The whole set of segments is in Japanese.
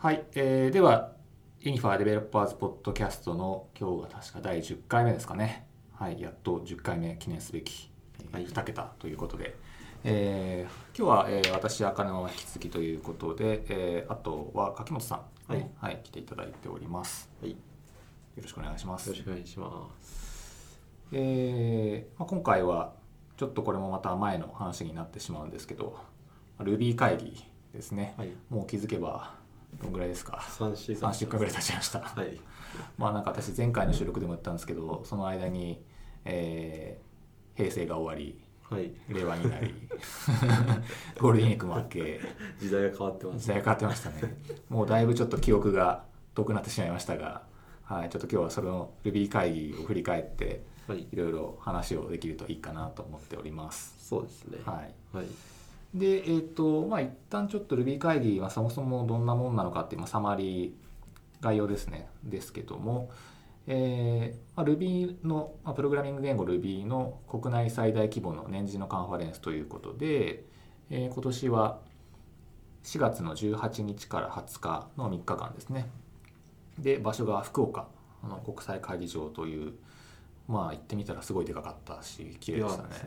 はい、ではユニファーデベロッパーズポッドキャストの今日が確か第10回目ですかね。はい、やっと10回目記念すべき、2桁ということで、今日は、私赤野は引き続きということで、あとは柿本さん、ね、はい来ていただいております。 はい、 よろしくお願いします。 よろしくお願いします。 今回はちょっとこれもまた前の話になってしまうんですけど、Ruby 会議ですね。 はい、 もう気づけばどんぐらいですか。 3 週間ぐらい経ちました。 はい、 まあなんか私前回の収録でも言ったんですけど、その間に、平成が終わり、 はい、 令和になりゴールデンウィークも明け時代が変わってます。 時代が変わってましたね。もうだいぶちょっと記憶が遠くなってしまいましたが、はい、ちょっと今日はその Ruby 会議を振り返って、はい、いろいろ話をできるといいかなと思っております。 そうですね。 はい。 はい。 で、まあ一旦ちょっと Ruby 会議はそもそもどんなもんなのかっていう、サマリー概要ですね。ですけども、Ruby の、プログラミング言語 Ruby の国内最大規模の年次のカンファレンスということで、今年は4月の18日から20日の3日間ですね。で、場所が福岡国際会議場という、まあ行ってみたらすごいでかかったし綺麗でしたね。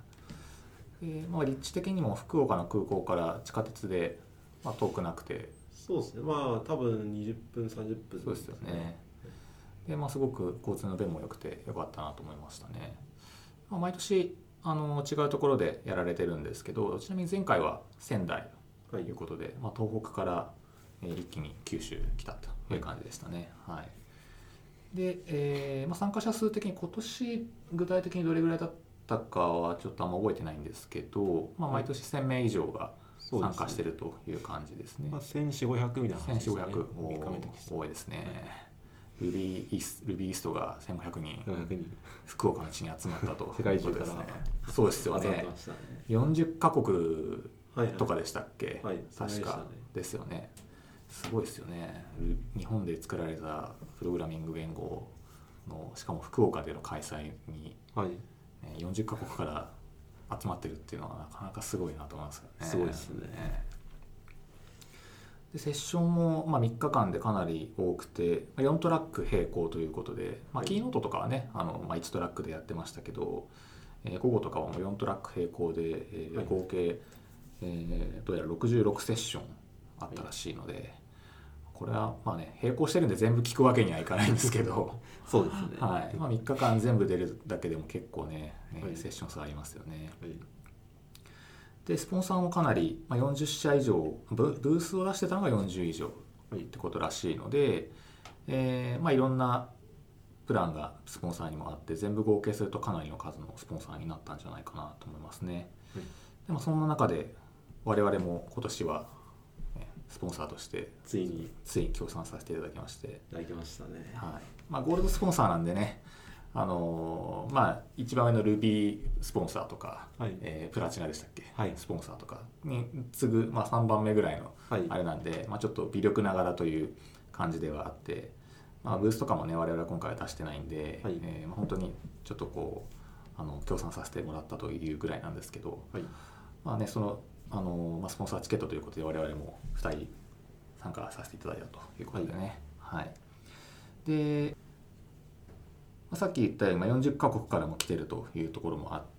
立地的にも福岡の空港から地下鉄で、遠くなくて、 そうですね。多分20分30分、 そうですよね。で、すごく交通の便も良くて良かったなと思いましたね。毎年違うところでやられてるんですけど、ちなみに前回は仙台ということで、東北から一気に九州来たという感じでしたね。はい。で、参加者数的に今年具体的にどれぐらいだったかはちょっとあんま覚えてないんですけど、毎年1000名以上が参加してるという感じですね。 1400みたいな話ですね。 1400、多いですね。ルビーイーストが1500人福岡の地に集まったと世界中からそうですよね。40カ国とかでしたっけ、確かですよね。すごいですよね。日本で作られたプログラミング言語のしかも福岡での開催に、40カ国から集まってるっていうのはなかなかすごいなと思いますよね。 すごいですね。 でセッションも3日間でかなり多くて4トラック並行ということで、キーノートとかはね1トラックでやってましたけど、午後とかはもう4トラック並行で、合計、どうやら66セッションあったらしいので、これは並行してるんで全部聞くわけにはいかないんですけどそうですね。 はい、3日間全部出るだけでも結構ね、セッション数ありますよね。でスポンサーもかなり、40社以上ブースを出してたのが40以上ってことらしいので、いろんなプランがスポンサーにもあって全部合計するとかなりの数のスポンサーになったんじゃないかなと思いますね。でもそんな中で我々も今年はスポンサーとしてついに協賛させていただきまして、 いただきましたね。 はい、ゴールドスポンサーなんでね、一番上の Ruby スポンサーとか、プラチナでしたっけ、スポンサーとかに次ぐ、3番目ぐらいのあれなんで、ちょっと微力ながらという感じではあって、ブースとかもね我々は今回は出してないんで、本当にちょっとこう協賛させてもらったというぐらいなんですけど、そのスポンサーチケットということで我々も2人参加させていただいたということでね。でさっき言ったように40カ国からも来てるというところもあって、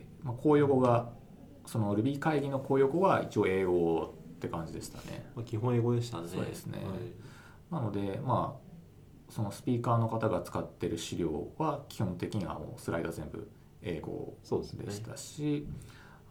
公用語がその Ruby 会議の公用語は一応英語って感じでしたね。 基本英語でしたね。 そうですね。なのでそのスピーカーの方が使ってる資料は基本的にはもうスライド全部英語でしたし、ス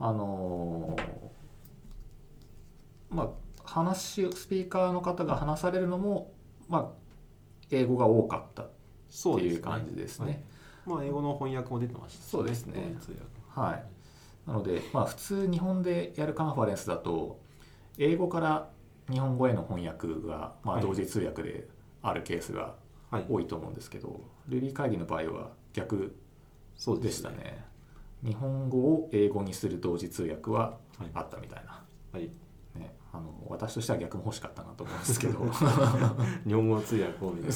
ピーカーの方が話されるのも英語が多かったっていう感じですね。 英語の翻訳も出てましたね。 そうですね。はい。なので普通日本でやるカンファレンスだと英語から日本語への翻訳が同時通訳であるケースが多いと思うんですけど、Ruby 会議の場合は逆でしたね。日本語を英語にする同時通訳はあったみたいな。私としては逆も欲しかったなと思うんですけど日本語の通訳をみたいな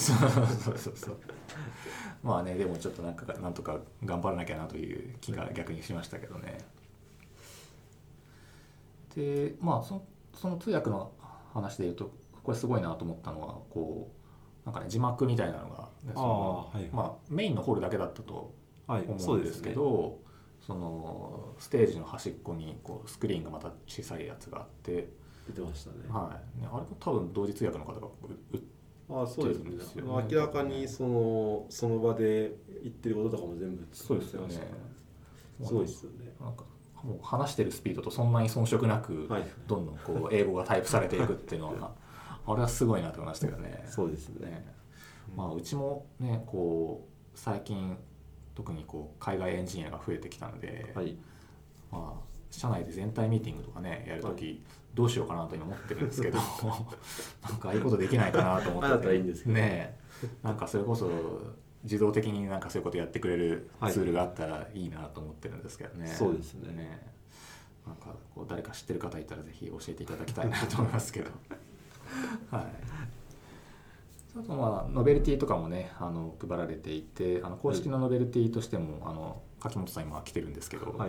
そうでもちょっとなんとか頑張らなきゃなという気が逆にしましたけどね。でその通訳の話でいうとこれすごいなと思ったのはこうなんかね字幕みたいなのが、ね、まあ、メインのホールだけだったと思うんですけど、そのステージの端っこにこうスクリーンがまた小さいやつがあって出てましたね。 はい、あれも多分同時通訳の方がそうですね。明らかにその場で言ってることとかも全部そうですよね。 すごいですよね。 なんかもう話してるスピードとそんなに遜色なく、どんどんこう英語がタイプされていくっていうのはあれはすごいなと思いましたけどね。 そうですね。 まあうちもねこう最近特にこう海外エンジニアが増えてきたので、まあ社内で全体ミーティングとかねやるとき、どうしようかなと今思ってるんですけどなんかいいことできないかなと思ってて、 いいんですけどね、なんかそれこそ自動的になんかそういうことやってくれるツールがあったらいいなと思ってるんですけどね。 そうですね。 なんかこう誰か知ってる方いたらぜひ教えていただきたいなと思いますけどはい。あとまあノベルティとかもね配られていて公式のノベルティとしても柿本さん今来てるんですけど、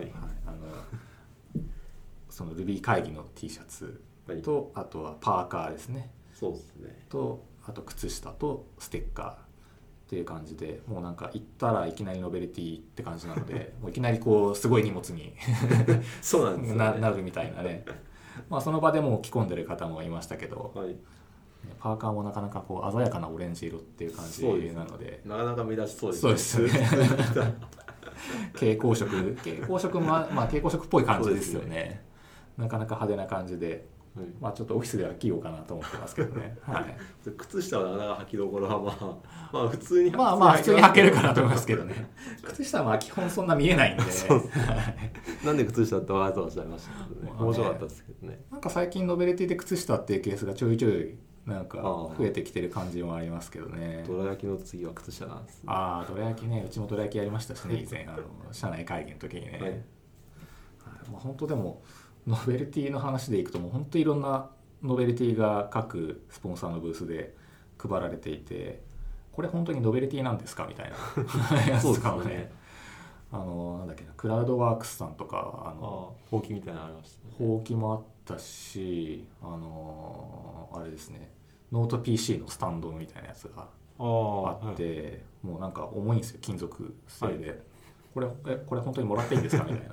その Ruby 会議の T シャツと、あとはパーカーですね。 そうですね。 とあと靴下とステッカーっていう感じで、もうなんか行ったらいきなりノベルティって感じなのでもういきなりこうすごい荷物にそうなんですね、 なるみたいなね。まあその場でもう着込んでる方もいましたけど、パーカーもなかなかこう鮮やかなオレンジ色っていう感じなので、 なかなか目立ちそうですね。そうですね蛍光色もまあ蛍光色っぽい感じですよね。なかなか派手な感じで、まあちょっとオフィスでは着ようかなと思ってますけどね。 靴下はなかなか履きどころはまあ普通に普通に履けるかなと思いますけどね。靴下はまあ基本そんな見えないんで。 なんで靴下ってわざとおっしゃいましたけどね。面白かったですけどね。 なんか最近ノベルティで靴下っていうケースがちょいちょいなんか増えてきてる感じもありますけどね。 どら焼きの次は靴下なんですね。 どら焼きね、うちもどら焼きやりましたしね、以前社内会議の時にね。まあ本当でもノベルティの話でいくともう本当いろんなノベルティが各スポンサーのブースで配られていて、これ本当にノベルティなんですかみたいなやつとかもね。なんだっけな、クラウドワークスさんとかほうきみたいなのありましたね。 ほうきもあったし、あれですね、ノート PC のスタンドみたいなやつがあって、もうなんか重いんですよ、金属製で、これ本当にもらっていいんですかみたい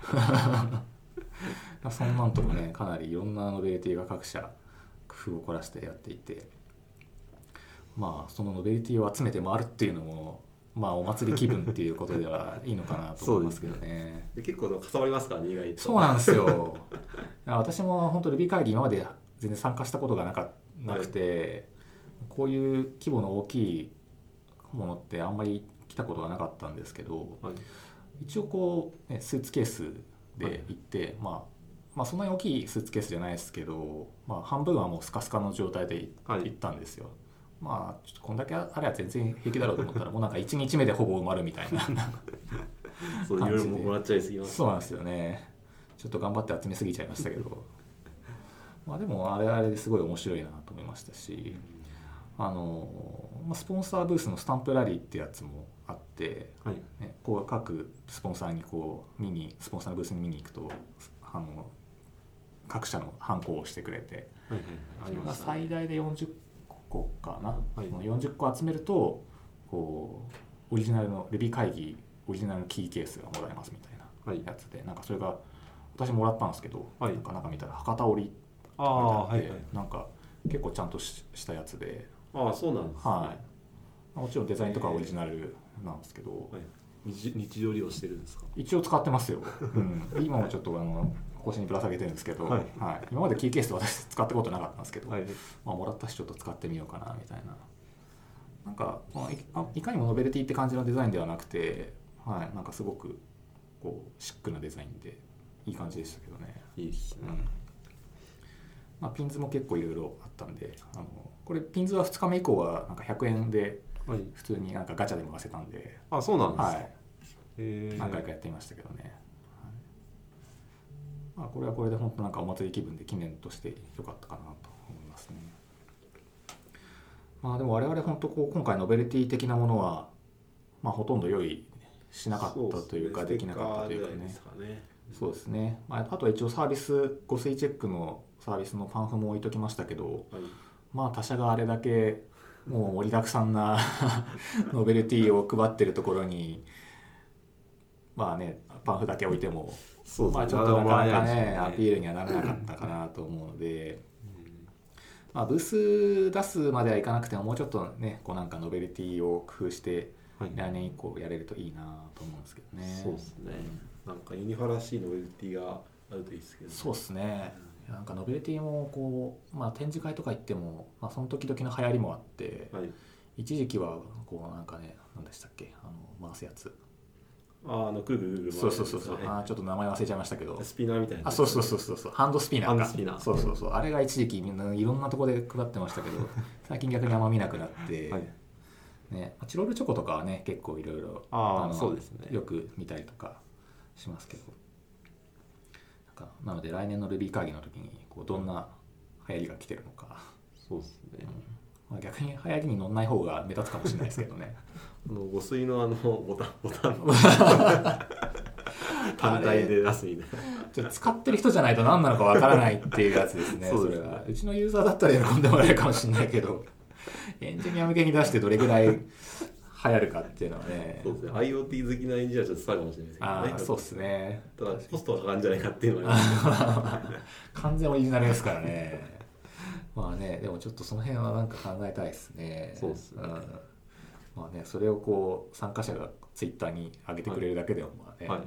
なそんなんとかね、かなりいろんなノベルティが各社工夫を凝らしてやっていて、まあそのノベルティを集めて回るっていうのもまあお祭り気分っていうことではいいのかなと思いますけどね。 結構かさばりますからね、意外と。 そうなんですよ私も本当 Ruby 会議今まで全然参加したことがなくて、こういう規模の大きいものってあんまり来たことがなかったんですけど、一応こう、ね、スーツケースで行って、まあそんなに大きいスーツケースじゃないですけど、まあ、半分はもうスカスカの状態で行ったんですよ。まあちょっとこんだけあれは全然平気だろうと思ったらもうなんか1日目でほぼ埋まるみたいなそういろいろもらっちゃいすぎます。 そうなんですよね。ちょっと頑張って集めすぎちゃいましたけどまあでもあれですごい面白いなと思いましたし、スポンサーブースのスタンプラリーってやつもあって、こう各スポンサーにこうスポンサーのブースに見に行くと各社のハンコを押してくれて、最大で40個かな、40個集めるとこうオリジナルの Ruby 会議オリジナルのキーケースがもらえますみたいなやつで、なんかそれが私もらったんですけど、なんか見たら博多織って書いてあって、なんか結構ちゃんとしたやつで、 そうなんですね。 もちろんデザインとかはオリジナルなんですけど、 日常利用してるんですか？ 一応使ってますよ、今もちょっと腰にぶら下げてるんですけど、今までキーケース私使ったことなかったんですけど、もらったしちょっと使ってみようかなみたいな。なんか、いかにもノベルティって感じのデザインではなくて、なんかすごくこうシックなデザインでいい感じでしたけどね。 いいですね。 ピンズも結構いろいろあったんで、これピンズは2日目以降はなんか100円で普通になんかガチャで回せたんで、 そうなんですか。 何回かやってみましたけどね。これはこれで本当なんかお祭り気分で記念として良かったかなと思いますね。でも我々本当こう今回ノベルティ的なものはほとんど用意しなかったというか、できなかったというかね。そうですね。あとは一応サービス、誤水チェックのサービスのパンフも置いときましたけど、 まあ他社があれだけもう盛りだくさんなノベルティを配ってるところにまあねパンフだけ置いてもまあちょっとなかなかねアピールにはならなかったかなと思うので、まあ、ブース出すまではいかなくてももうちょっとねこうなんかノベルティを工夫して来年以降やれるといいなと思うんですけどね。 そうですね、なんかユニファらしいノベルティがあるといいですけどね。 そうですね、なんかノベルティもこう、まあ、展示会とか行っても、まあ、その時々の流行りもあって、はい、一時期はこうなんかね何でしたっけ回すやつくるくるくる回すやつ、そうちょっと名前忘れちゃいましたけどスピナーみたいな、 そうハンドスピナーかそうあれが一時期みんないろんなところで配ってましたけど最近逆にあんま見なくなって、はいね、チロルチョコとかはね結構いろいろそうですね、 よく見たりとかしますけどなので来年のルビー会議の時にこうどんな流行りが来てるのか、 そうですね、 まあ、逆に流行りに乗んない方が目立つかもしれないですけどね誤水のボタン単体で出すみたいな使ってる人じゃないと何なのかわからないっていうやつですねそれはうちのユーザーだったら喜んでもらえるかもしれないけどエンジニア向けに出してどれぐらい流行るかっていうのはね。 そうですね。IoT 好きなエンジニアはちょっと伝わるかもしれないですけどね。 そうですね。 ただコストがかかるんじゃないかっていうのは完全オリジナルですからね。まあね、でもちょっとその辺はなんか考えたいですね。 そうですね。 まあね、それをこう参加者がツイッターに上げてくれるだけでもまあね、はい、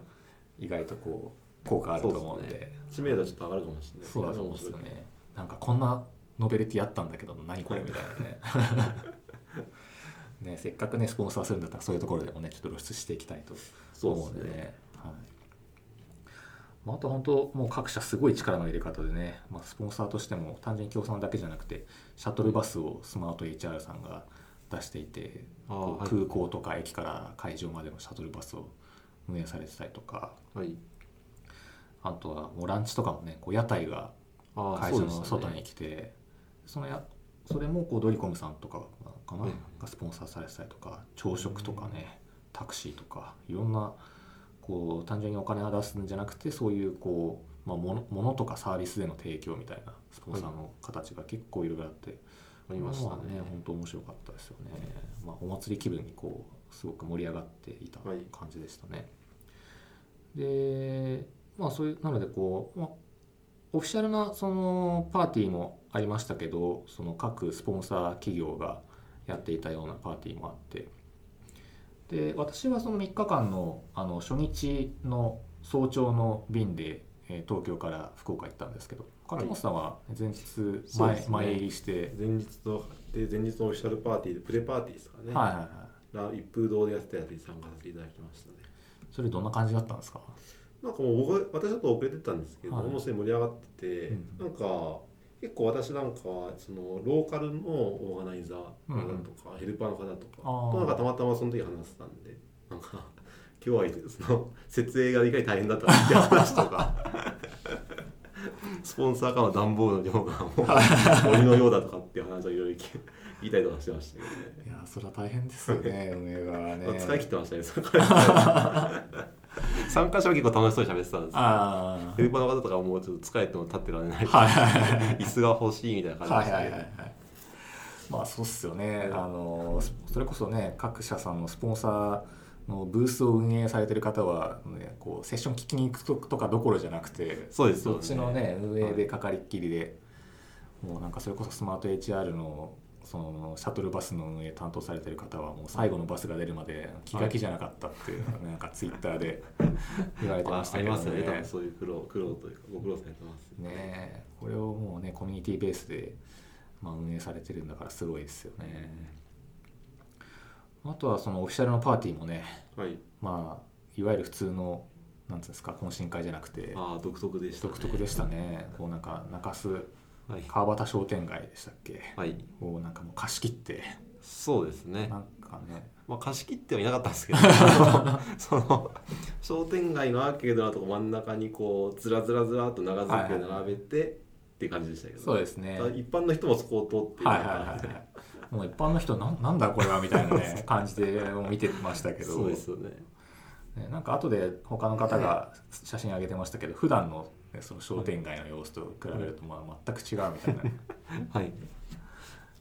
意外とこう効果あると思うんで、 知名度ちょっと上がるかもしれない。 そうだと思うんですよね。なんかこんなノベルティあったんだけど何これみたいなね。ね、せっかくねスポンサーするんだったらそういうところでもねちょっと露出していきたいと思うんでね。はい、まあ、あと本当もう各社すごい力の入れ方でね、まあ、スポンサーとしても単純に協賛だけじゃなくてシャトルバスをスマート HR さんが出していて、はい、空港とか駅から会場までのシャトルバスを運営されてたりとか、はい、あとはもうランチとかもねこう屋台が会場の外に来て、それもこうドリコムさんとかかな、がスポンサーされてたりとか、朝食とかね、タクシーとかいろんなこう単純にお金を出すんじゃなくてそういうこう、まあ、物とかサービスでの提供みたいなスポンサーの形が結構いろいろあって、 ありましたね。 本当面白かったですよね。まあ、お祭り気分にこうすごく盛り上がっていた感じでしたね。で、まあそういうなのでこう、オフィシャルなそのパーティーもありましたけど、その各スポンサー企業がやっていたようなパーティーもあって、で私はその3日間の初日の早朝の便で東京から福岡行ったんですけど、勝本さんは前日前入りして前日のオフィシャルパーティーでプレパーティーですかね、 はいはいはい、 一風堂でやってたやつに参加させていただきましたね。 それどんな感じだったんですか？ なんかもう私ちょっと遅れてたんですけど、はい、もうすでに盛り上がってて、なんか結構私なんかそのローカルのオーガナイザーの方とか、ヘルパーの方とかとなんかたまたまその時話してたんで、なんか今日はその設営がいかに大変だったかっていう話とかスポンサーからの段ボールの量がもう鬼のようだとかっていう話をいろいろ言いたりとかしてましたけどね。 いやそれは大変ですよね運営側ね。 使い切ってましたねそれ参加者は結構楽しそうに喋ってたんですけど、ヘルパーの方とかもうちょっと疲れても立ってられない、椅子が欲しいみたいな感じでしたけど、 まあそうっすよね。それこそね各社さんのスポンサーのブースを運営されてる方は、ね、こうセッション聞きに行くとかどころじゃなくて、 そうですよね、 そっちのね運営でかかりっきりで、もうなんかそれこそスマート HR のそのシャトルバスの運営担当されてる方はもう最後のバスが出るまで気が気じゃなかったっていうなんかツイッターで言われてましたけどね。 ありますね、多分そういう苦労というかご苦労されてますね。これをもうねコミュニティベースで、運営されてるんだからすごいですよね。あとはそのオフィシャルのパーティーもね、はい、いわゆる普通のなんつうんですか懇親会じゃなくて独特でしたね。こうなんか中洲川端商店街でしたっけ、はい、をなんかもう貸し切って、 そうですね、 なんかね、 貸し切ってはいなかったんですけどその商店街のアーケードのとこ真ん中にこうずらずらっと長机を並べて、っていう感じでしたけど、 そうですね、 一般の人もそこを通ってもう一般の人なんだこれはみたいな、ね、感じで見てましたけどそうですよね。 なんか後で他の方が写真上げてましたけど、普段のその商店街の様子と比べると全く違うみたいな、 はい、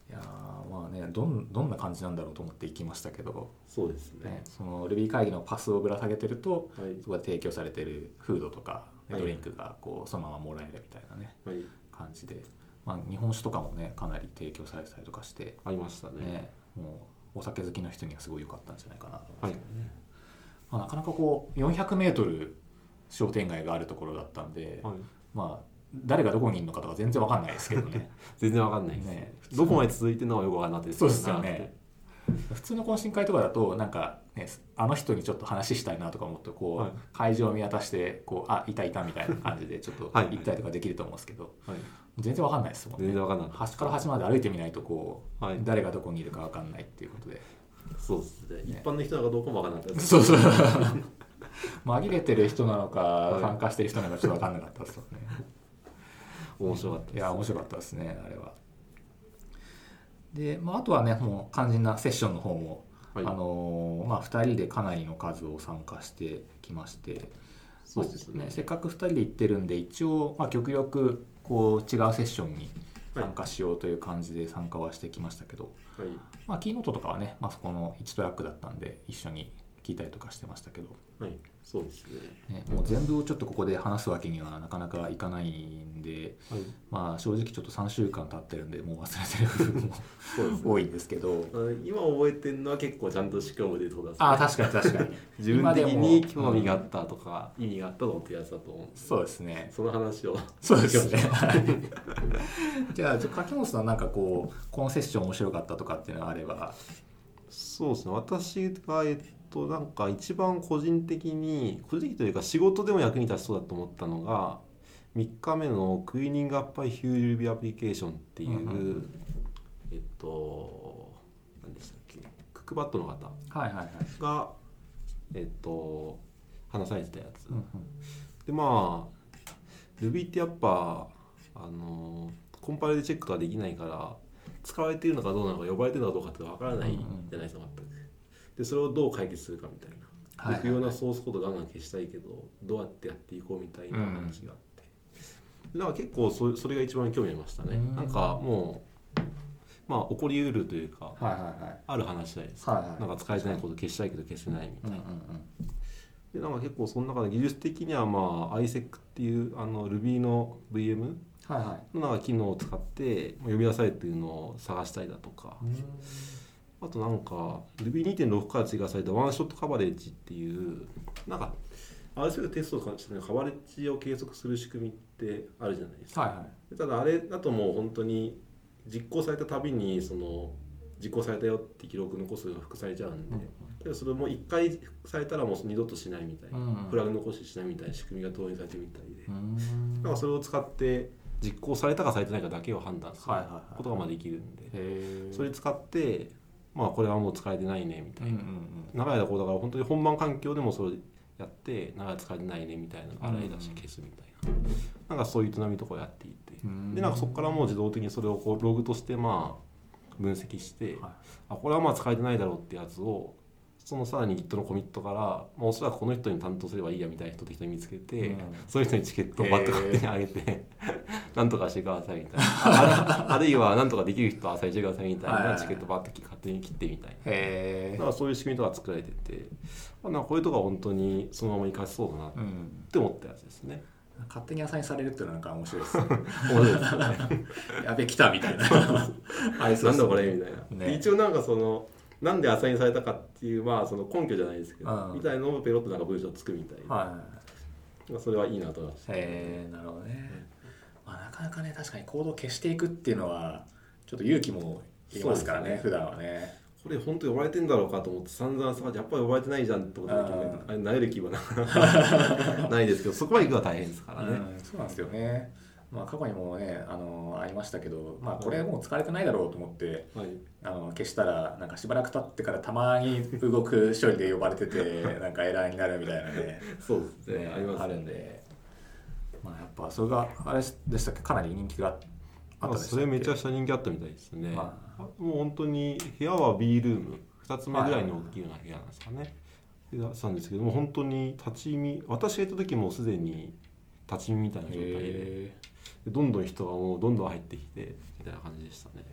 いやまあねどんな感じなんだろうと思って行きましたけど、 そうですね。 その Ruby 会議のパスをぶら下げてると、 はい、 そこで提供されてるフードとかドリンクがこうそのままもらえるみたいなね、 はい、 感じで、まあ、日本酒とかもねかなり提供されてたりとかしてありましたね。 もうお酒好きの人にはすごい良かったんじゃないかなと思うんですけどね。まあ、なかなかこう400メートル商店街があるところだったんで、まあ誰がどこにいるのかとか全然わかんないですけどね全然わかんないですね。どこまで続いてるのかよくわかんなくて、 そうですよね。普通の懇親会とかだとなんか、ね、あの人にちょっと話したいなとか思ってこう、会場を見渡してこういたみたいな感じでちょっと行ったりとかできると思うんですけど、全然わかんないですもんね。 全然わかんない。 端から端まで歩いてみないとこう、誰がどこにいるかわかんないっていうことで。 そうですね。一般の人なのかどうかもわかんなかったです。 そう紛れてる人なのか参加してる人なのかちょっと分かんなかったですよね。 面白かったです、ね。 いや面白かったですねあれは。で、まあ、あとはねもう肝心なセッションの方も、まあ、2人でかなりの数を参加してきまして、 そうですね、 せっかく2人で行ってるんで一応、まあ、極力こう違うセッションに参加しようという感じで参加はしてきましたけど、まあ、キーノートとかはね、まあ、そこの1トラックだったんで一緒に聞いたりとかしてましたけど、 そうですね。 もう全部をちょっとここで話すわけにはなかなかいかないんで、まあ正直ちょっと3週間経ってるんでもう忘れてる部分も多いんですけど今覚えてるのは結構ちゃんと仕組むでとか、 確かに自分的に興味があったとか、意味があったと思ってやつだと思うんです。 そうですね。 その話をそうですねじゃあ柿本さんなんかこのセッション面白かったとかっていうのがあれば。 そうですね、私がなんか一番個人的というか仕事でも役に立ちそうだと思ったのが3日目のクリーニングアップヒュールビアプリケーションっていう、何でしたっけ、クックパッドの方が、話されてたやつ、でまあ Ruby ってやっぱコンパイルでチェックとかできないから使われているのかどうなのか呼ばれているのかどうかってわからないじゃないですか、全く。でそれをどう解決するかみたいな、不要なソースコードガンガン消したいけどどうやってやっていこうみたいな話があって、なんか結構それが一番興味ありましたね。なんかもうまあ起こりうるというか、ある話じゃないですか、なんか使えてないこと消したいけど消せないみたいな、でなんか結構その中で技術的にはまあ ISEC っていうRuby の VM のなんか機能を使って呼び出されているのを探したりだとか、あとなんか Ruby2.6 から追加されたワンショットカバレッジっていうなんかRSpec テストとかしてカバレッジを計測する仕組みってあるじゃないですか、ただあれだともう本当に実行されたたびにその実行されたよって記録残すが複されちゃうんで、それも1回されたらもう二度としないみたいな、フラグ残ししないみたいな仕組みが導入されてるみたいで、なんかそれを使って実行されたかされてないかだけを判断することがまあできるんで、それ使ってまあこれはもう使えてないねみたいな、長い間こうだから本当に本番環境でもそれやって長い使えてないねみたいな洗い出し消すみたいな、なんかそういう営みとかをやっていて、でなんかそこからもう自動的にそれをこうログとしてまあ分析して、これはまあ使えてないだろうってやつをそのさらに Git のコミットから、まあ、おそらくこの人に担当すればいいやみたいな人適当に見つけて、そういう人にチケットをバッと勝手に上げてなんとかしてくださいみたいなあるいはなんとかできる人は最初くださいみたいなチケットバッと勝手に切ってみたいな、だからそういう仕組みとか作られてて、なんかこういうとこは本当にそのまま活かせそうだなって思ったやつですね。 勝手にアサインされるっていうのはなんか面白いですね面白いですねやべ来たみたいななんだこれみたいな、一応なんかそのなんでアサインされたかっていうまあその根拠じゃないですけど、みたいなのをペロッとなんか文章つくみたいな、それはいいなと思いました。 なるほどね。まあ、なかなかね確かにコードを消していくっていうのはちょっと勇気もいりますからね、普段はね。 これ本当に呼ばれてんだろうかと思って散々探してやっぱり呼ばれてないじゃんってことで慣れる気はないですけど、そこまで行くのは大変ですからね。 そうなんですよね。まあ、過去にもねありましたけど、まあ、これもう使われてないだろうと思って、消したらなんかしばらく経ってからたまに動く処理で呼ばれててなんかエラーになるみたいなねそうですね、ありますね。 あるんで、まあ、やっぱそれがあれでしたっけ、かなり人気があったんでしたっけ。 それめちゃくちゃ人気あったみたいですね。もう本当に部屋は B ルーム2つ目ぐらいの大きいような部屋なんですかね。したんですけども、本当に立ち見、私がいた時もすでに立ち見みたいな状態で、どんどん人がもうどんどん入ってきてみたいな感じでしたね。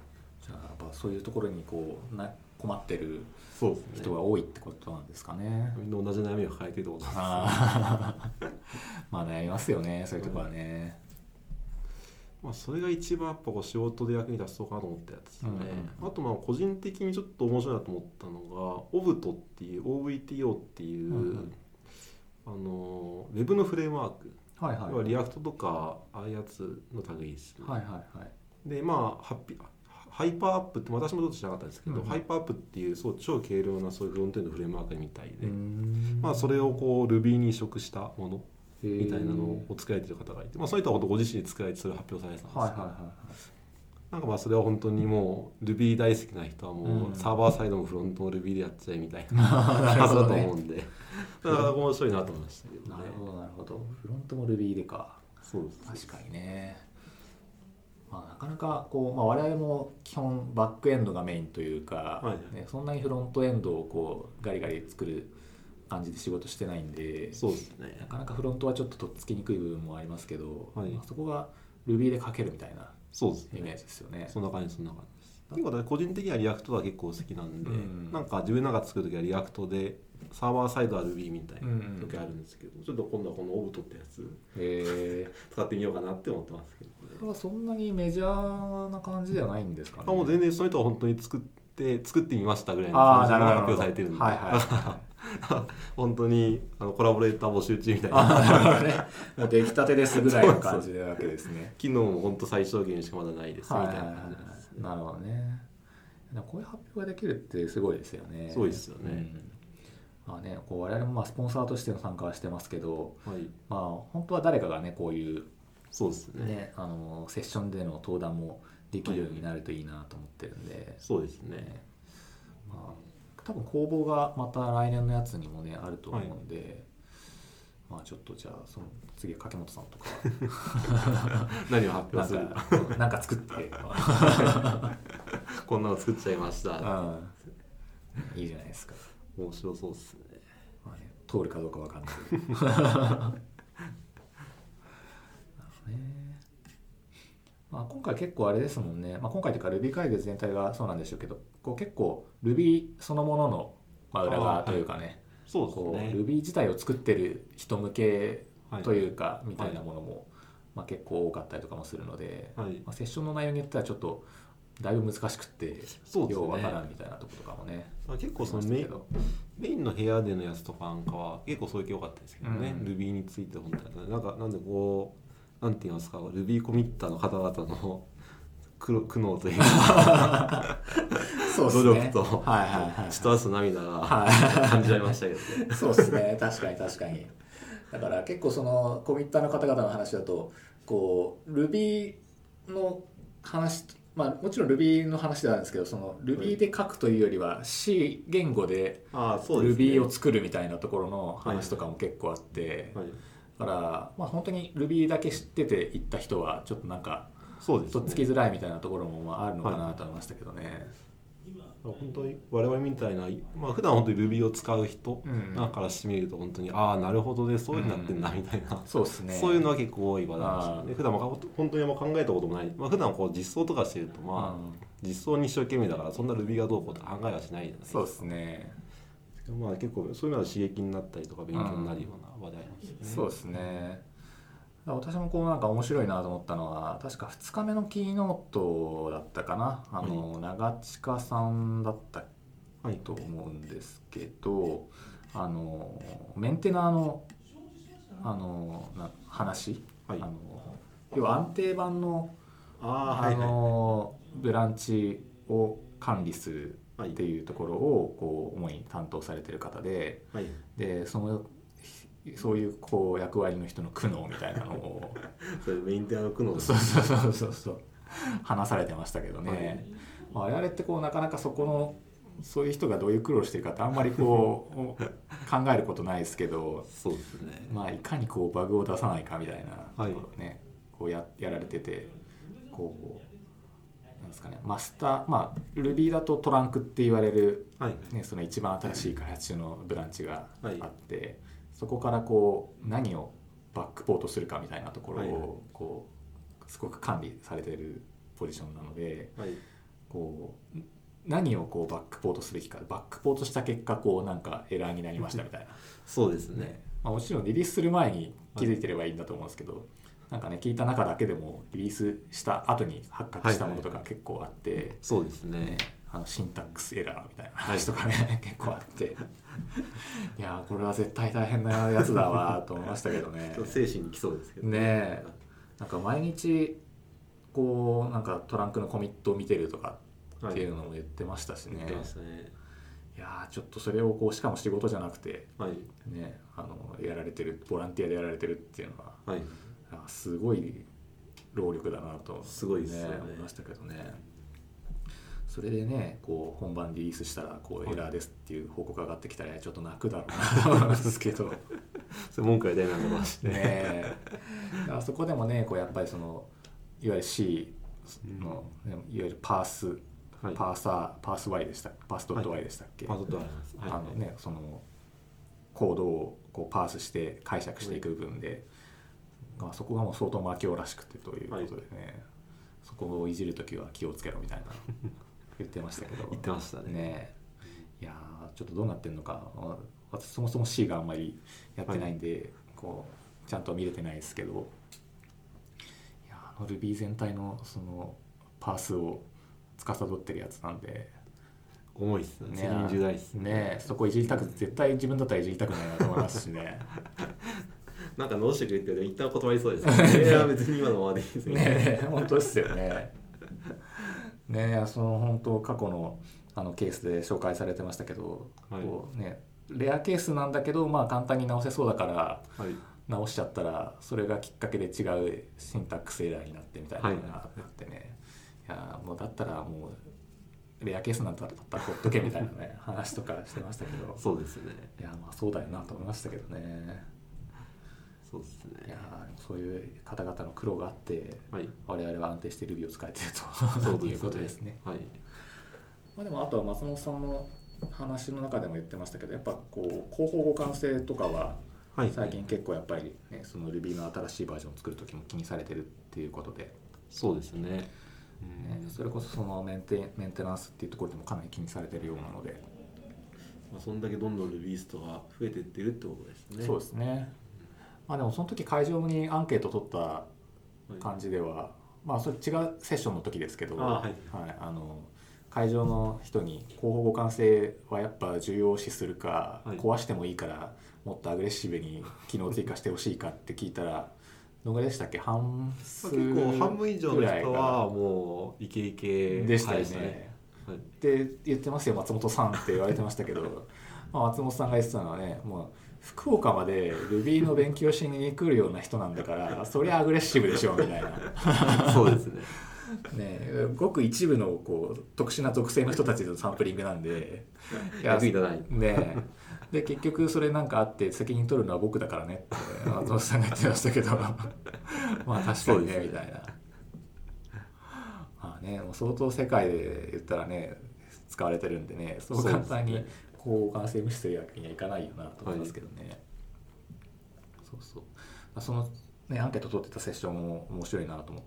じゃあやっぱそういうところにこう困ってる人が多いってことなんですかね。 みんな同じ悩みを抱えているってことなんですまあ悩みますよね、そういうところはね。 まあ、それが一番やっぱ仕事で役に立ちそうかなと思ったやつですね。あとまあ個人的にちょっと面白いなと思ったのが OVTO っていう OVTO っていう、ウェブのフレームワーク、要はリアクトとかああいうやつの類ですね。でまあハイパーアップって私もちょっと知らなかったんですけど、ハイパーアップっていう超軽量なそういうフロントエンドフレームワークみたいで、まあ、それをこう Ruby に移植したものみたいなのを作られている方がいて、まあ、そういったことをご自身で作られてそれを発表されてたんですけど、なんかまあそれは本当にもう Ruby 大好きな人はもうサーバーサイドもフロントも Ruby でやっちゃえみたいなはずだと思うんで、だから面白いなと思いましたけどね。 なるほど。フロントも Ruby でか。 そうです。 確かにね。まあ、なかなかこう、我々も基本バックエンドがメインというか、そんなにフロントエンドをこうガリガリ作る感じで仕事してないんで、 そうですね、 なかなかフロントはちょっととっつきにくい部分もありますけど、そこが Ruby で書けるみたいなイメージですよね。 そんな感じです。結構個人的にはリアクトは結構好きなんで、なんか自分が作るときはリアクトでサーバーサイドは Ruby みたいな時あるんですけど、ちょっと今度はこの OVTO ってやつ使ってみようかなって思ってますけどね。 これはそんなにメジャーな感じではないんですかね。 もう全然その人は本当に作ってみましたぐらいの感じが発表されてるんで、本当にコラボレーター募集中みたいなもう出来たてですぐらいの感じなわけですね。 機能も本当最小限しかまだないですみたいな感じです。 なるほどね。こういう発表ができるってすごいですよね。 そうですよね。 まあね、こう我々もスポンサーとしての参加はしてますけど、まあ本当は誰かがねこういうそうですね、 セッションでの登壇もできるようになるといいなと思ってるんで、 そうですね。 まあ多分公募がまた来年のやつにもねあると思うんで、まあちょっとじゃあその次は掛本さんとか何を発表するかなんか作ってこんなの作っちゃいました、 いいじゃないですか。 面白そうですね。 通るかどうかわかんない今回結構あれですもんね、今回というか Ruby 会議全体がそうなんでしょうけど、こう結構 Ruby そのものの裏側というかね、 そうですね、 Ruby 自体を作ってる人向けというか、みたいなものも、結構多かったりとかもするので、セッションの内容によってはちょっとだいぶ難しくて、ようわからんみたいなところとかもね。 結構そのメインの部屋でのやつとかなんかは結構そういう系多かったですけどね、Ruby について本当になんでこうなんて言いますか、Ruby コミッターの方々の苦悩というか努力と血と汗と涙が感じられましたけどね。 そうですね、確かに。だから結構そのコミッターの方々の話だとこう Ruby の話、もちろん Ruby の話ではあるんですけど、その Ruby で書くというよりは C 言語で Ruby を作るみたいなところの話とかも結構あって、だから本当に Ruby だけ知ってて行った人はちょっとなんかとっつきづらいみたいなところもあるのかなと思いましたけどね。 本当に我々みたいな、普段本当に Ruby を使う人からしてみると本当になるほどね、そういうのになってんだみたいな、 そうですね、 そういうのは結構多い場なんですよね。普段本当に考えたこともない、普段こう実装とかしてると実装に一生懸命だからそんな Ruby がどうこうって考えはしないじゃないですか。 そうですね。 結構そういうのは刺激になったりとか勉強になるような話題なんですよね。 そうですね。私もこうなんか面白いなと思ったのは、確か2日目のキーノートだったかな、長近さんだったと思うんですけど、メンテナーの話、要は安定版のブランチを管理するっていうところをこう主に担当されてる方で、でそういうこう役割の人の苦悩みたいなのをそれメインテナーの苦悩そう話されてましたけどね。我々ってこうなかなかそういう人がどういう苦労してるかってあんまりこう考えることないですけど、 そうですね、 いかにこうバグを出さないかみたいなところね、こうやられてて、こうなんですかね、マスターRuby だとトランクって言われる、その一番新しい開発中のブランチがあって、そこからこう何をバックポートするかみたいなところをこうすごく管理されているポジションなので、 こう何をこうバックポートすべきか、バックポートした結果こうなんかエラーになりましたみたいなそうですね。 まあ、もちろんリリースする前に気づいてればいいんだと思うんですけど、なんかね聞いた中だけでもリリースした後に発覚したものとか結構あって、 そうですね。 シンタックスエラーみたいな話とかね、結構あっていやこれは絶対大変なやつだわと思いましたけどね。 精神にきそうですけどね。なんか毎日こうなんかトランクのコミットを見てるとかっていうのも言ってましたしね。 言ってましたね。 いやちょっとそれをこうしかも仕事じゃなくて、 ね、 やられてる、ボランティアでやられてるっていうのは、すごい労力だなと、 すごいですよね、 思いましたけどね。それでねこう本番リリースしたらこうエラーですっていう報告が上がってきたらちょっと泣くだろうなと思いますけどそれ文句は出ないのかしてね。そこでもねこうやっぱりそのいわゆる C の、いわゆるパース、パース Y でしたパース .Y でしたっけ、 パース .Y そのコードをこうパースして解釈していく部分で、そこがもう相当魔境らしくてということでね、そこをいじるときは気をつけろみたいな言ってましたけど言ってましたね。 いやちょっとどうなってるのか、私そもそも C があんまりやってないんで、こうちゃんと見れてないですけど、いやRuby 全体のそのパースを司ってるやつなんで重いっすね。責任重大っすね。そこいじりたく絶対自分だったらいじりたくないなと思いますしねなんか直してくれって一旦断りそうですね。いや別に今のままでいいですね。本当ですよね。その本当過去のケースで紹介されてましたけど、こうねレアケースなんだけど簡単に直せそうだから、直しちゃったらそれがきっかけで違うシンタックスエラーになってみたいなのがあってね、いやもうだったらもうレアケースなんだったらほっとけみたいなね話とかしてましたけど、 そうですね。 いやそうだよなと思いましたけどね。 そうですね。 いやそういう方々の苦労があって、我々は安定して Ruby を使えているということですね。でもあとは松本さんの話の中でも言ってましたけど、やっぱこう広報互換性とかは最近結構やっぱり、ね、その Ruby の新しいバージョンを作るときも気にされてるっていうことで、 そうですね。 それこそそのメンテナンスっていうところでもかなり気にされてるようなので、 そんだけどんどん Rubyist が増えていってるってことですね。 そうですね。でもその時会場にアンケート取った感じでは、それ違うセッションの時ですけど、会場の人に広報互換性はやっぱ重要視するか、壊してもいいからもっとアグレッシブに機能追加してほしいかって聞いたらどのぐらいでしたっけ、半分以上の人はもうイケイケでしたよね。って言ってますよ松本さんって言われてましたけど松本さんが言ってたのはね、もう福岡まで Ruby の勉強しに来るような人なんだからそりゃアグレッシブでしょみたいなそうですね。 ごく一部のこう特殊な属性の人たちのサンプリングなんで役に立たないで結局それなんかあって責任取るのは僕だからねって松本さんが言ってましたけど確かにねみたいな、もう相当世界で言ったらね使われてるんでね、そう簡単に交換性無視するわけにはいかないよなと思いますけどね。その、ね、アンケート取ってたセッションも面白いなと思って、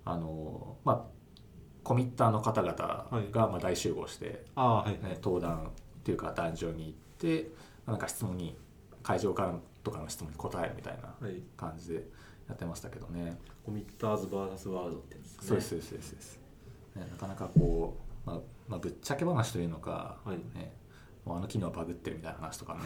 コミッターの方々が大集合して、登壇っていうか壇上に行ってなんか質問に会場からとかの質問に答えるみたいな感じでやってましたけどね。 コミッターズ VS ワールドってやつですね。 そうですなかなかこう、ぶっちゃけ話というのか、もう機能バグってるみたいな話とかね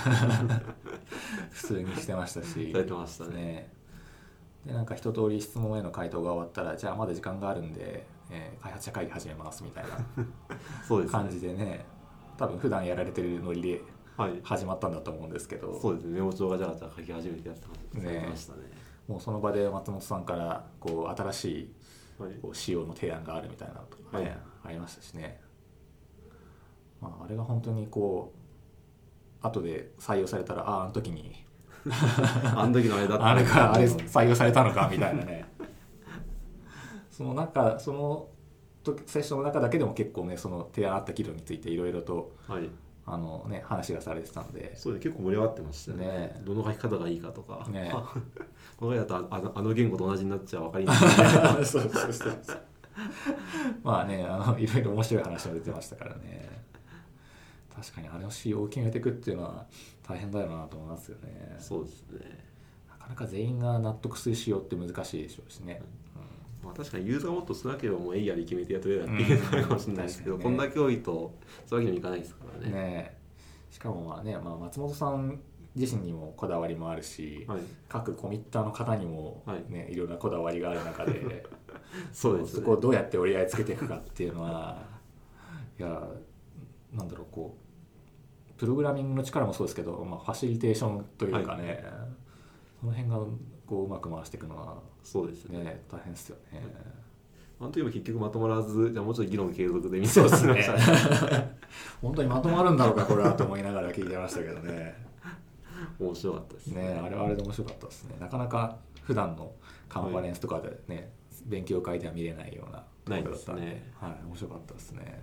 普通にしてましたしされてましたね。 でなんか一通り質問への回答が終わったらじゃあまだ時間があるんで、開発者会議始めますみたいな感じでね多分普段やられてるノリで始まったんだと思うんですけど、 そうですね。メモ帳がじゃあ書き始めてやってましたね。 もうその場で松本さんからこう新しいこう仕様の提案があるみたいなのとかね、ありましたしね。あれが本当にこう後で採用されたらあの時にあの時のあれだったあれ採用されたのかみたいなねそのセッションの中だけでも結構ねその提案あった機能についていろいろと、話がされてたんで、 そうで結構盛り上がってましたね。どの書き方がいいかとかこの回だとあの言語と同じになっちゃ分かりにくいそうまあね、いろいろ面白い話も出てましたからね。確かにあれの仕様を決めていくっていうのは大変だよなと思いますよね。 そうですね。 なかなか全員が納得する仕様って難しいでしょうしね。 まあ、確かにユーザーがもっと少なければもうエイヤーで決めてやってくれたっていうのがあるかもしれないですけど、こんだけ多いとそういうわけにもいかないですからね。 しかもまあね、松本さん自身にもこだわりもあるし、各コミッターの方にもね、いろんなこだわりがある中でそうですね、 そこをどうやって折り合いつけていくかっていうのはいやなんだろう、こうプログラミングの力もそうですけど、ファシリテーションというかね、その辺がこううまく回していくのはそうですね、 大変ですよね。 なんといえば結局まとまらず、じゃあもうちょっと議論継続でみたいな。そうですね本当にまとまるんだろうかこれはと思いながら聞いてましたけどね。 面白かったですね。 あれはあれで面白かったですね。なかなか普段のカンファレンスとかでね、勉強会では見れないようなところだったんで、面白かったですね。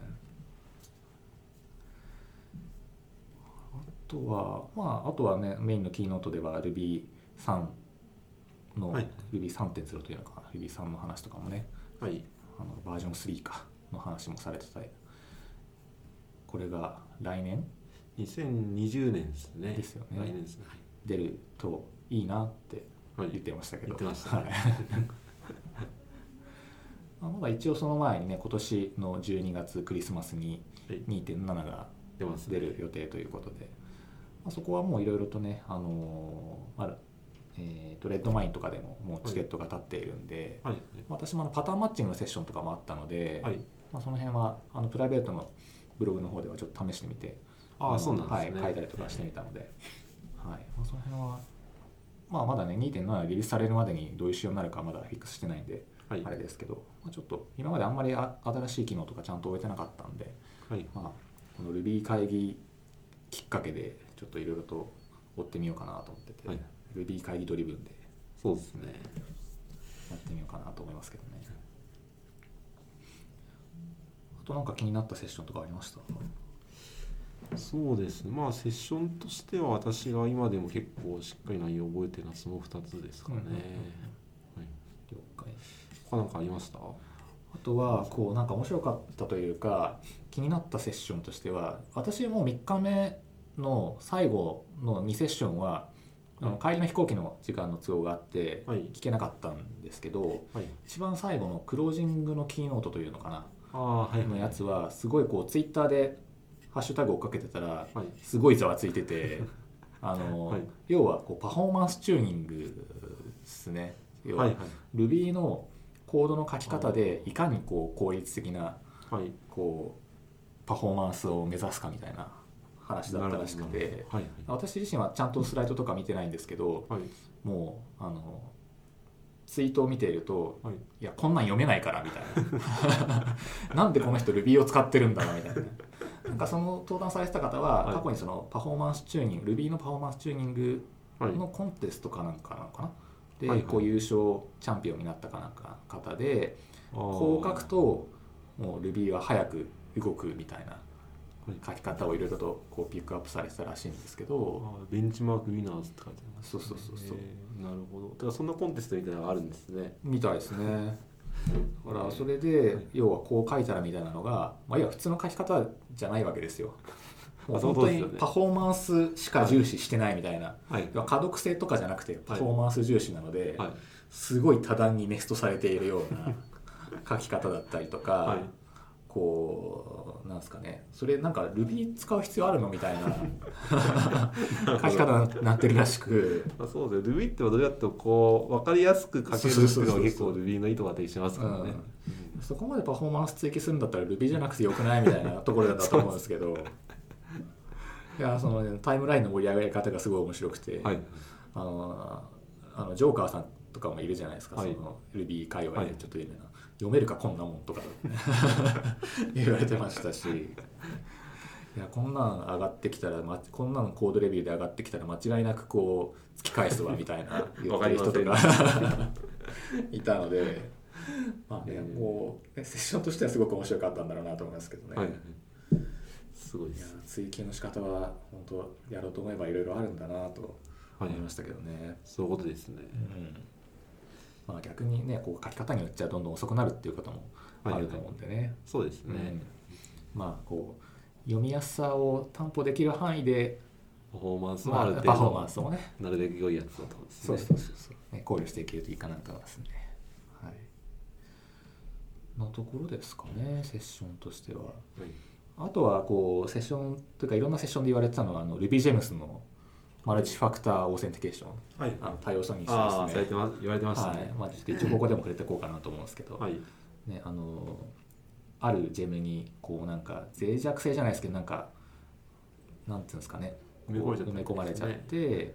あとはね、メインのキーノートでは Ruby3 の、Ruby3.0 というのかな、Ruby3 の話とかもね、バージョン3かの話もされてた。これが来年 2020年ですね。 ですよね。 来年ですね。 出るといいなって言ってましたけど。 言ってましたね。 まだ一応その前にね、今年の12月クリスマスに 2.7 が出る予定ということで、そこはもういろいろとね、レッドマインとかでももうチケットが立っているんで、私もパターンマッチングのセッションとかもあったので、その辺はプライベートのブログの方ではちょっと試してみて、 そうなんですね。 書いたりとかしてみたので、その辺はまだね 2.7 リリースされるまでにどういう仕様になるかまだフィックスしてないんで、あれですけど、ちょっと今まであんまり新しい機能とかちゃんと置いてなかったんで、この Ruby 会議きっかけでちょっといろいろと追ってみようかなと思ってて、Ruby 会議ドリブンでそうですね、 やってみようかなと思いますけどね。あとなんか気になったセッションとかありました？ そうですね、セッションとしては私が今でも結構しっかり内容を覚えてるのはその2つですかね。 了解。 他なんかありました？ あとはなんか面白かったというか気になったセッションとしては、私も3日目の最後の2セッションは帰りの飛行機の時間の都合があって聞けなかったんですけど、一番最後のクロージングのキーノートというのかな、のやつはすごいツイッターでハッシュタグをかけてたらすごいざわついてて要はパフォーマンスチューニングですね。要は Ruby のコードの書き方でいかに効率的なパフォーマンスを目指すかみたいな話だったらしくて、私自身はちゃんとスライドとか見てないんですけど、もうツイートを見ていると、いやこんなん読めないからみたいななんでこの人 Ruby を使ってるんだろうみたいな。なんかその登壇されてた方は過去にそのパフォーマンスチューニング、Ruby のパフォーマンスチューニングのコンテストかなんかなのかな、で優勝チャンピオンになったかなんか方で、こう書くともう Ruby は早く動くみたいな書き方をいろいろとピックアップされてたらしいんですけど、 ベンチマークウィナーズって書いてあります。 そう、 なるほど。だからそんなコンテストみたいなのがあるんですね。 みたいですね。だからそれで要はこう書いたらみたいなのが、いや普通の書き方じゃないわけですよ。もう本当にパフォーマンスしか重視してないみたいな、可読性とかじゃなくてパフォーマンス重視なので、すごい多段にネストされているような書き方だったりとか、なんですかね、それなんか Ruby 使う必要あるのみたいな書き方になってるらしくそうですね、Ruby ってどうやって分かりやすく書けるっていうのが結構 Ruby の意図だったりしますからね。 そこまでパフォーマンス追求するんだったら Ruby じゃなくてよくないみたいなところだったと思うんですけどいやタイムラインの盛り上げ方がすごい面白くて、ジョーカーさんとかもいるじゃないですか、その Ruby 界隈でちょっと有名な、読めるかこんなもんとか言われてましたし、いやこんなん上がってきたら、こんなんコードレビューで上がってきたら間違いなく突き返すわみたいな言ってる人とかいたので、もうセッションとしてはすごく面白かったんだろうなと思いますけどね。 すごいです。 いや追求の仕方は本当やろうと思えばいろいろあるんだなと思いましたけどね。 そういうことですね。 まあ、逆にねこう書き方によっちゃどんどん遅くなるっていうこともあると思うんでね、はいはい、 そうですね、 まあこう読みやすさを担保できる範囲でパフォーマンスもある程度、 パフォーマンスもねなるべく良いやつだとですね。 ね、考慮していけるといいかなと思いますね。はい。のところですかね、セッションとしては。はい、あとはこうセッションというかいろんなセッションで言われてたのはRubyGems のマルチファクターオーセンティケーション、はい、多要素認証ですね。 言われてましたね。 はい、まあ、ちょっと一応ここでも触れていこうかなと思うんですけど、はいね、あるジェムにこうなんか脆弱性じゃないですけどなんかなんていうんですかね、埋め込まれちゃって、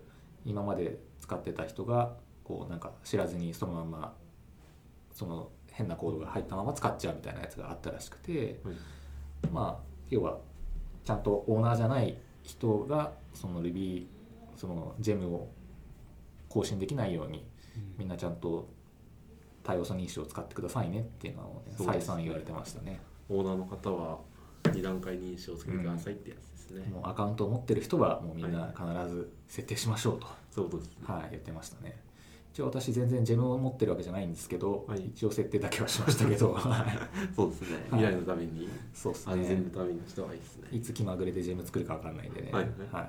今まで使ってた人がこうなんか知らずにそのままその変なコードが入ったまま使っちゃうみたいなやつがあったらしくて、はい、まあ要はちゃんとオーナーじゃない人がその Ruby そのジェムを更新できないように、みんなちゃんと多要素認証を使ってくださいねっていうのを、ね、再三言われてましたね。 オーナーの方は2段階認証をつけてくださいってやつですね。 もうアカウントを持ってる人はもうみんな必ず設定しましょうと、 そうですね、 はい、言ってましたね。一応私全然ジェムを持ってるわけじゃないんですけど、はい、一応設定だけはしましたけどそうですね、未来のために、そうですね、安全のためにした方がいいですね。 いつ気まぐれでジェム作るか分かんないんでね、はい、はい、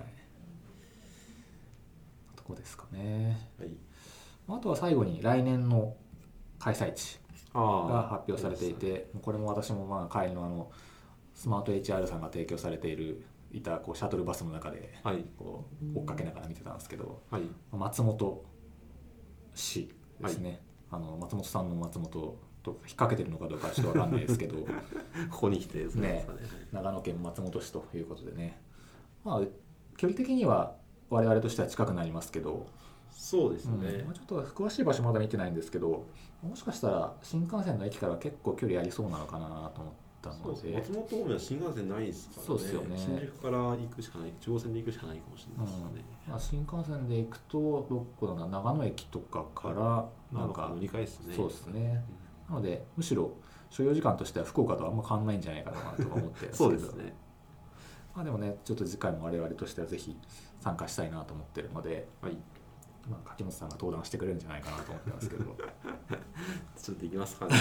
とこですかね、はい、あとは最後に来年の開催地が発表されていて、これも私もまあ帰りのスマート HR さんが提供されていたこうシャトルバスの中でこう追っかけながら見てたんですけど、はい、松本市ですね、はい、松本さんの松本と引っ掛けてるのかどうかちょっと分かんないですけどここに来てですね、 長野県松本市ということでね、まあ距離的には我々としては近くなりますけど、 そうですね、 ちょっと詳しい場所まだ見てないんですけど、もしかしたら新幹線の駅から結構距離ありそうなのかなと思ったので、 松本方面は新幹線ないですからね。そうですよね、新宿から行くしかない、中央線で行くしかないかもしれないですね、 まあ、新幹線で行くとどこだな、長野駅とかからなんか乗り換えですね。 そうですね、なのでむしろ所要時間としては福岡とあんま変わんないんじゃないかなと思ってそうですね、 まあ、でもねちょっと次回も我々としてはぜひ参加したいなと思ってるので、はい、まあ、柿本さんが登壇してくれるんじゃないかなと思ってますけどちょっと行きますかね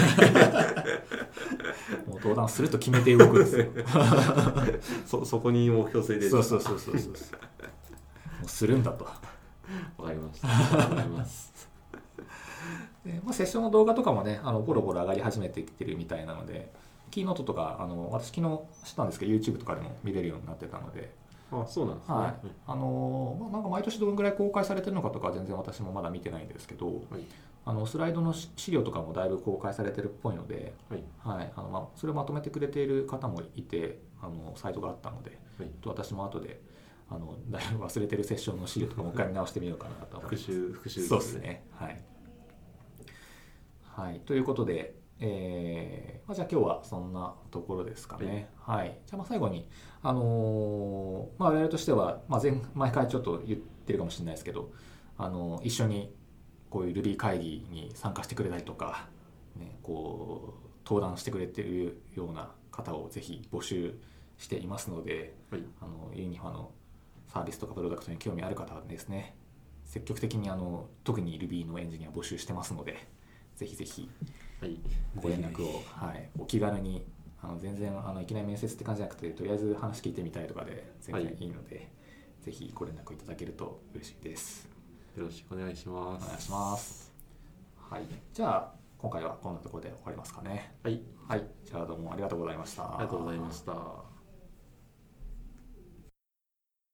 もう登壇すると決めて動くんですよそこに目標性でそうもうするんだと。 わかりました。わかりますで、まあ、セッションの動画とかもねボロボロ上がり始めてきてるみたいなので、キーノートとか私昨日知ったんですけど YouTube とかでも見れるようになってたので、 あ、そうなんですね、 はい、なんか毎年どのぐらい公開されてるのかとかは全然私もまだ見てないんですけど、はい、スライドの資料とかもだいぶ公開されてるっぽいので、はいはい、まあ、それをまとめてくれている方もいてサイトがあったので、はい、私も後でだいぶ忘れてるセッションの資料とかもう一回見直してみようかなと思います。 復習ですね。 そうですね、はい、はい、ということで、まあ、じゃあ今日はそんなところですかね。はい、はい、じゃあまあ最後に、まあ、我々としては、まあ、毎回ちょっと言ってるかもしれないですけど、一緒にこういう Ruby 会議に参加してくれたりとか、ね、こう登壇してくれているような方をぜひ募集していますので、はい、ユニファのサービスとかプロダクトに興味ある方はですね、積極的に特に Ruby のエンジニア募集してますので、ぜひぜひご連絡を、はい、お気軽に全然いきなり面接って感じじゃなくて、とりあえず話聞いてみたいとかで全然いいので、はい、ぜひご連絡いただけると嬉しいです。 よろしくお願いします。 お願いします。はい、じゃあ今回はこんなところで終わりますかね。 はい、 はい、じゃあどうもありがとうございました。 ありがとうございました。